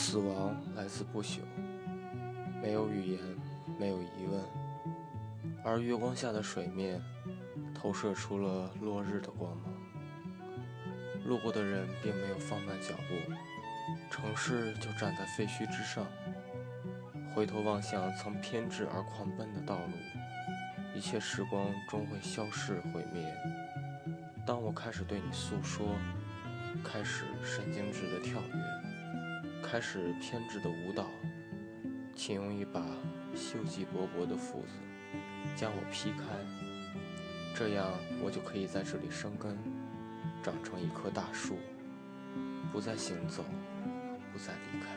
死亡来自不朽，没有语言，没有疑问，而月光下的水面投射出了落日的光芒。路过的人并没有放慢脚步，城市就站在废墟之上，回头望向曾偏执而狂奔的道路，一切时光终会消逝毁灭。当我开始对你诉说，开始神经质的跳跃，开始偏执的舞蹈，请用一把锈迹勃勃的斧子将我劈开，这样我就可以在这里生根，长成一棵大树，不再行走，不再离开。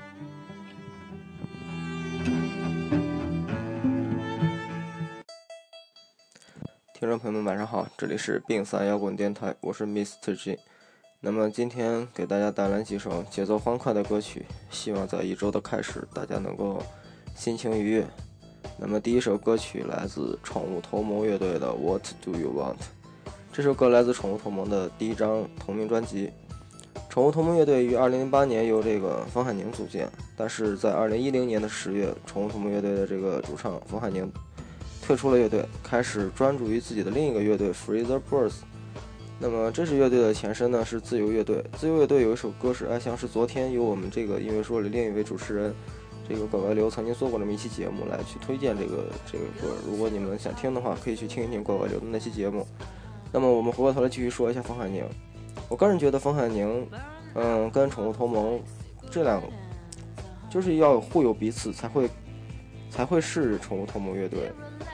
听众朋友们晚上好，这里是病散摇滚电台，我是 Mr. G。 那么今天给大家带来几首节奏欢快的歌曲，希望在一周的开始大家能够心情愉悦。那么第一首歌曲来自宠物同盟乐队的 What Do You Want， 这首歌来自宠物同盟的第一张同名专辑。宠物同盟乐队于2008年由冯海宁组建，但是在2010年的10月，宠物同盟乐队的主唱冯海宁退出了乐队，开始专注于自己的另一个乐队 Free the Birds。 那么这支乐队的前身呢是自由乐队。自由乐队有一首歌是《爱像是昨天》，由我们音乐说里另一位主持人怪怪流曾经做过这么一期节目来去推荐这个歌，如果你们想听的话可以去听一听怪怪流的那期节目。那么我们回过头来继续说一下冯海宁。我个人觉得冯海宁跟宠物同盟这两个就是要互有彼此才会是宠物同盟乐队。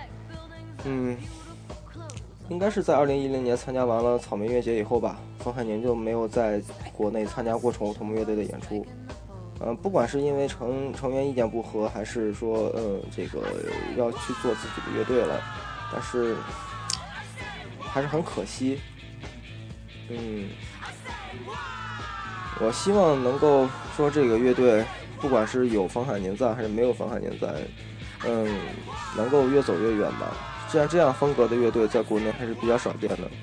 应该是在2010年参加完了草莓音乐节以后吧，冯海宁就没有在国内参加过宠物同盟乐队的演出。不管是因为成员意见不合，还是说要去做自己的乐队了，但是还是很可惜。我希望能够说这个乐队不管是有冯海宁在还是没有冯海宁在，能够越走越远吧。这样风格的乐队在国内还是比较少见的。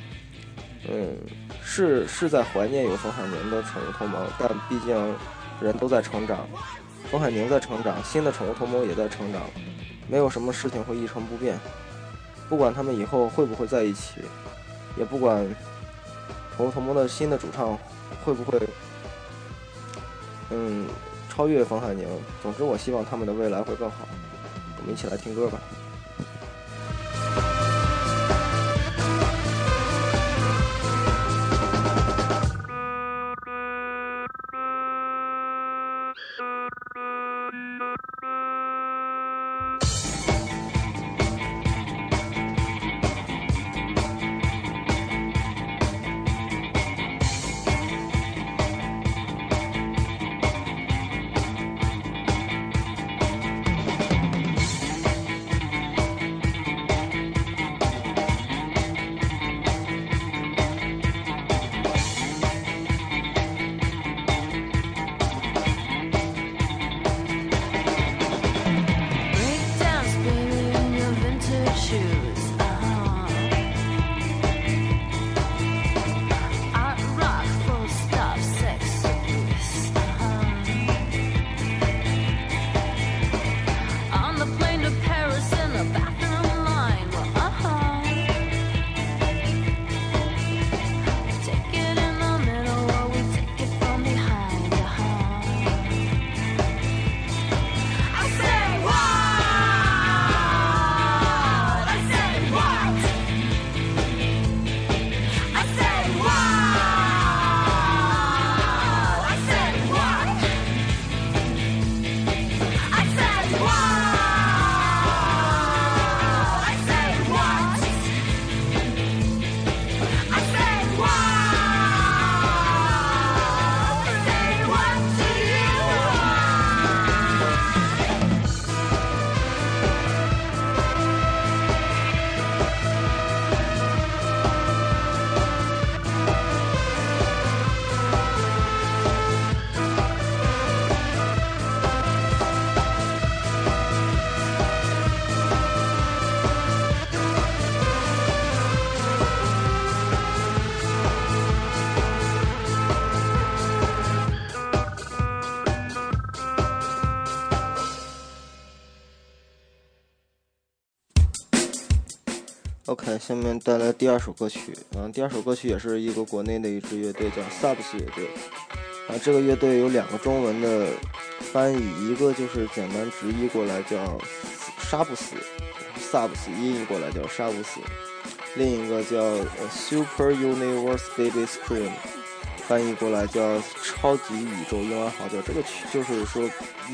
是在怀念有冯海宁的宠物同盟，但毕竟人都在成长，冯海宁在成长，新的宠物同盟也在成长，没有什么事情会一成不变。不管他们以后会不会在一起，也不管宠物同盟的新的主唱会不会超越冯海宁，总之我希望他们的未来会更好。我们一起来听歌吧。 OK， 下面带来第二首歌曲。第二首歌曲也是一个国内的一支乐队，叫 Subs 乐队。这个乐队有2个中文的翻译，一个就是简单直译过来叫杀不死 ，Subs 音译过来叫杀不死；另一个叫 Super Universe Baby Scream， 翻译过来叫超级宇宙婴儿嚎叫。这个就是说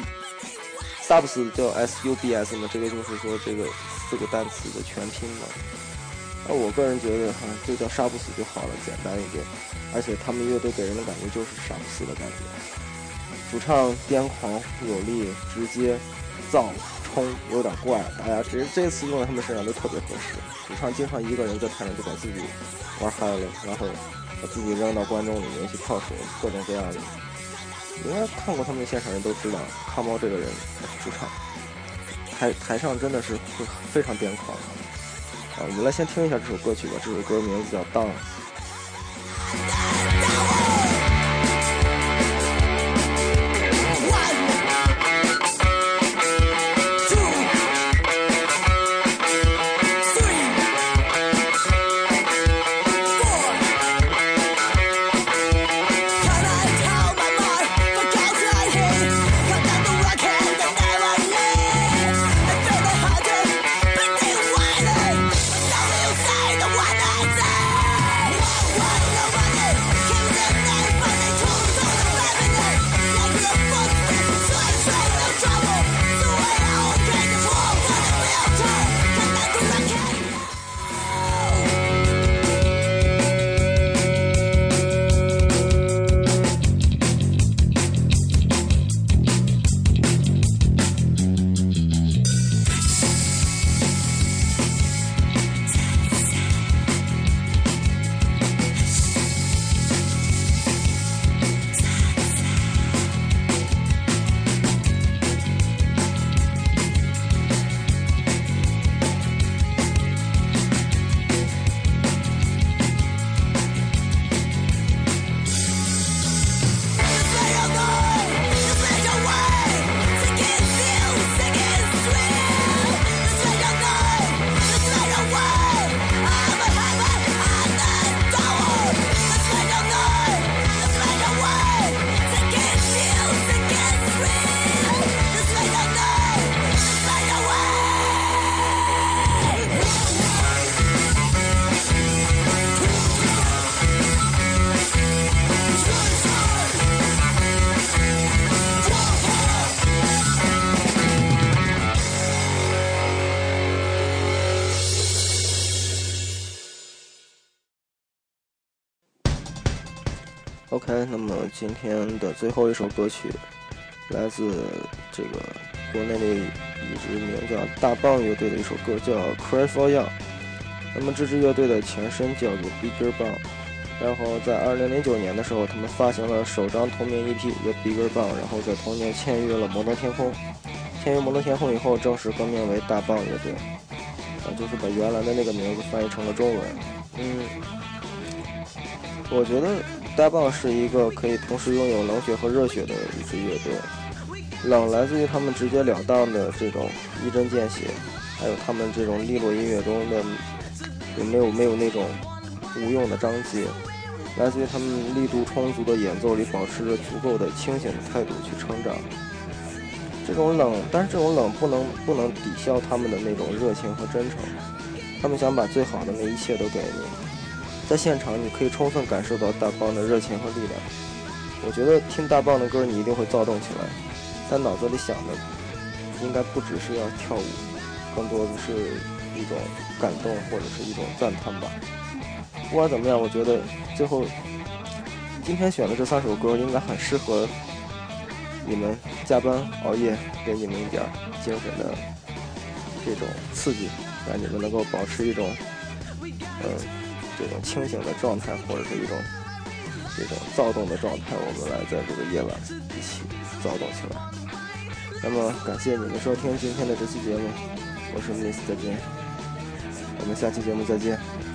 ，Subs 叫 SUBS 嘛，这个就是说这个4个单词的全拼嘛。我个人觉得就叫杀不死就好了，简单一点。而且他们乐队给人的感觉就是杀不死的感觉。主唱癫狂有力，直接躁冲，有点怪，大家这次用在他们身上都特别合适。主唱经常一个人在台上就把自己玩嗨了，然后把自己扔到观众里面去跳水，各种各样的。应该看过他们的现场人都知道，康猫这个人主唱台上真的是会非常癫狂。我们来先听一下这首歌曲吧，这首歌名字叫《Down》。OK， 那么今天的最后一首歌曲来自这个国内的一支名叫大棒乐队的一首歌，叫 Cry for Young。那么这支乐队的前身叫做 Bigger Bang， 然后在2009年的时候，他们发行了首张同名 EP 叫 Bigger Bang， 然后在同年签约了摩登天空。签约摩登天空以后，正式更名为大棒乐队，就是把原来的那个名字翻译成了中文。我觉得大棒是一个可以同时拥有冷血和热血的一支乐队。冷来自于他们直截了当的这种一针见血，还有他们这种利落音乐中的没有那种无用的章节，来自于他们力度充足的演奏里保持着足够的清醒的态度去成长。这种冷，但是这种冷不能抵消他们的那种热情和真诚。他们想把最好的那一切都给你，在现场你可以充分感受到大棒的热情和力量。我觉得听大棒的歌你一定会躁动起来，但脑子里想的应该不只是要跳舞，更多的是一种感动或者是一种赞叹吧。不管怎么样，我觉得最后今天选的这3首歌应该很适合你们加班熬夜，给你们一点精神的这种刺激，让你们能够保持一种这种清醒的状态，或者是一种这种躁动的状态，我们来在这个夜晚一起躁动起来。那么感谢你们收听今天的这期节目，我是 Miss 再见，我们下期节目再见。